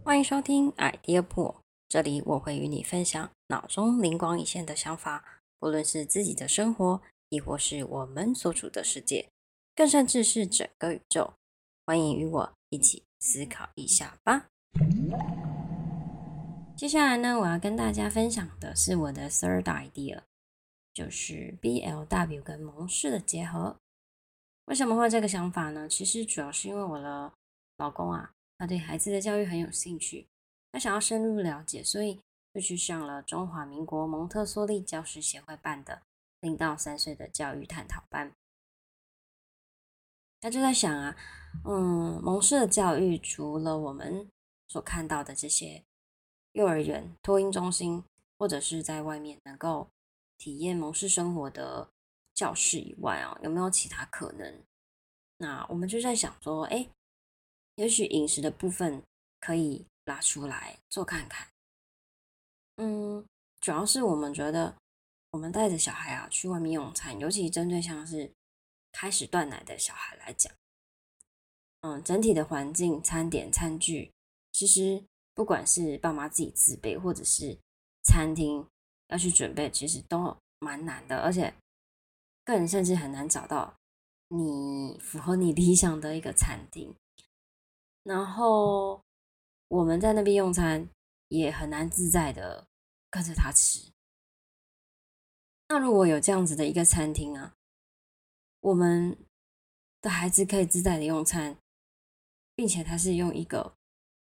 欢迎收听 Idea Pool， 这里我会与你分享脑中灵光一现的想法，不论是自己的生活，亦或是我们所处的世界，更甚至是整个宇宙。欢迎与我一起思考一下吧。接下来呢，我要跟大家分享的是我的 third idea， 就是 BLW 跟蒙氏的结合。为什么会有这个想法呢？其实主要是因为我的老公他对孩子的教育很有兴趣，他想要深入了解，所以就去上了中华民国蒙特梭利教师协会办的0到3岁的教育探讨班。他就在想蒙氏的教育除了我们所看到的这些幼儿园、托婴中心，或者是在外面能够体验蒙氏生活的教室以外有没有其他可能？那我们就在想说，也许饮食的部分可以拉出来做看看。主要是我们觉得，我们带着小孩去外面用餐，尤其针对像是开始断奶的小孩来讲，整体的环境、餐点、餐具，其实不管是爸妈自己自备，或者是餐厅要去准备，其实都蛮难的，而且甚至很难找到你符合你理想的一个餐厅。然后我们在那边用餐也很难自在的跟着他吃。那如果有这样子的一个餐厅我们的孩子可以自在的用餐，并且他是用一个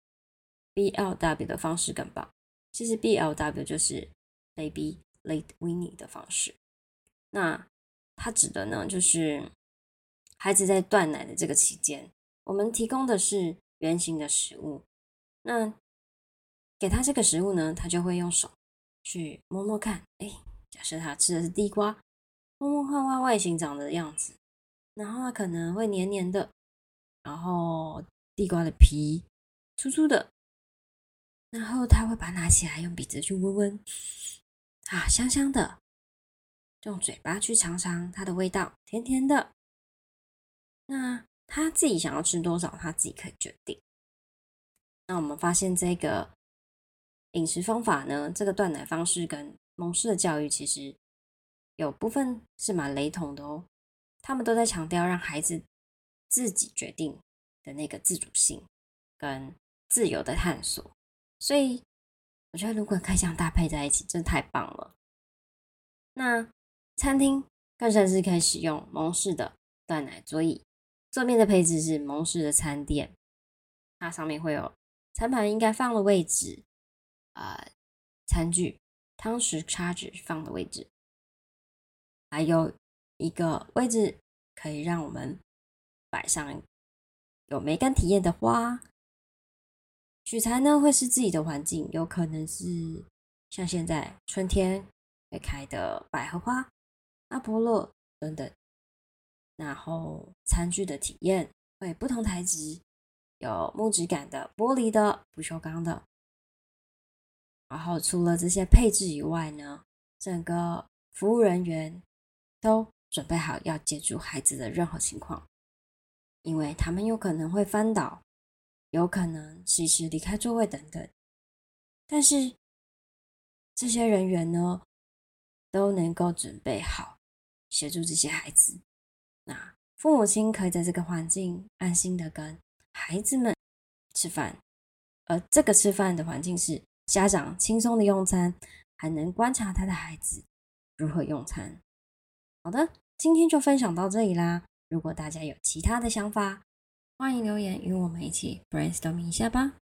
BLW 的方式更棒。其实 BLW 就是 Baby Late Weaning 的方式。那它指的呢，就是孩子在断奶的这个期间，我们提供的是原型的食物。那给他这个食物呢，他就会用手去摸摸看，假设他吃的是地瓜，摸摸看它外形长的样子，然后它可能会黏黏的，然后地瓜的皮粗粗的，然后他会把它拿起来，用鼻子去闻闻，香香的，用嘴巴去尝尝它的味道，甜甜的。那他自己想要吃多少，他自己可以决定。那我们发现这个饮食方法呢，这个断奶方式跟蒙氏的教育其实有部分是蛮雷同的哦。他们都在强调让孩子自己决定的那个自主性跟自由的探索。所以我觉得如果可以这样搭配在一起，真的太棒了。那餐厅更甚至可以使用蒙氏的断奶桌椅，桌面的配置是蒙氏的餐垫，它上面会有餐盘应该放的位置，餐具、汤匙、叉子放的位置，还有一个位置可以让我们摆上有梅干体验的花。取材呢会是自己的环境，有可能是像现在春天会开的百合花、阿波罗等等。然后餐具的体验会不同材质，有木质感的、玻璃的、不锈钢的。然后除了这些配置以外呢，整个服务人员都准备好要接住孩子的任何情况，因为他们有可能会翻倒，有可能随时离开座位等等。但是这些人员呢，都能够准备好协助这些孩子。那父母亲可以在这个环境安心的跟孩子们吃饭，而这个吃饭的环境是家长轻松的用餐，还能观察他的孩子如何用餐。好的，今天就分享到这里啦。如果大家有其他的想法，欢迎留言与我们一起 brainstorm 一下吧。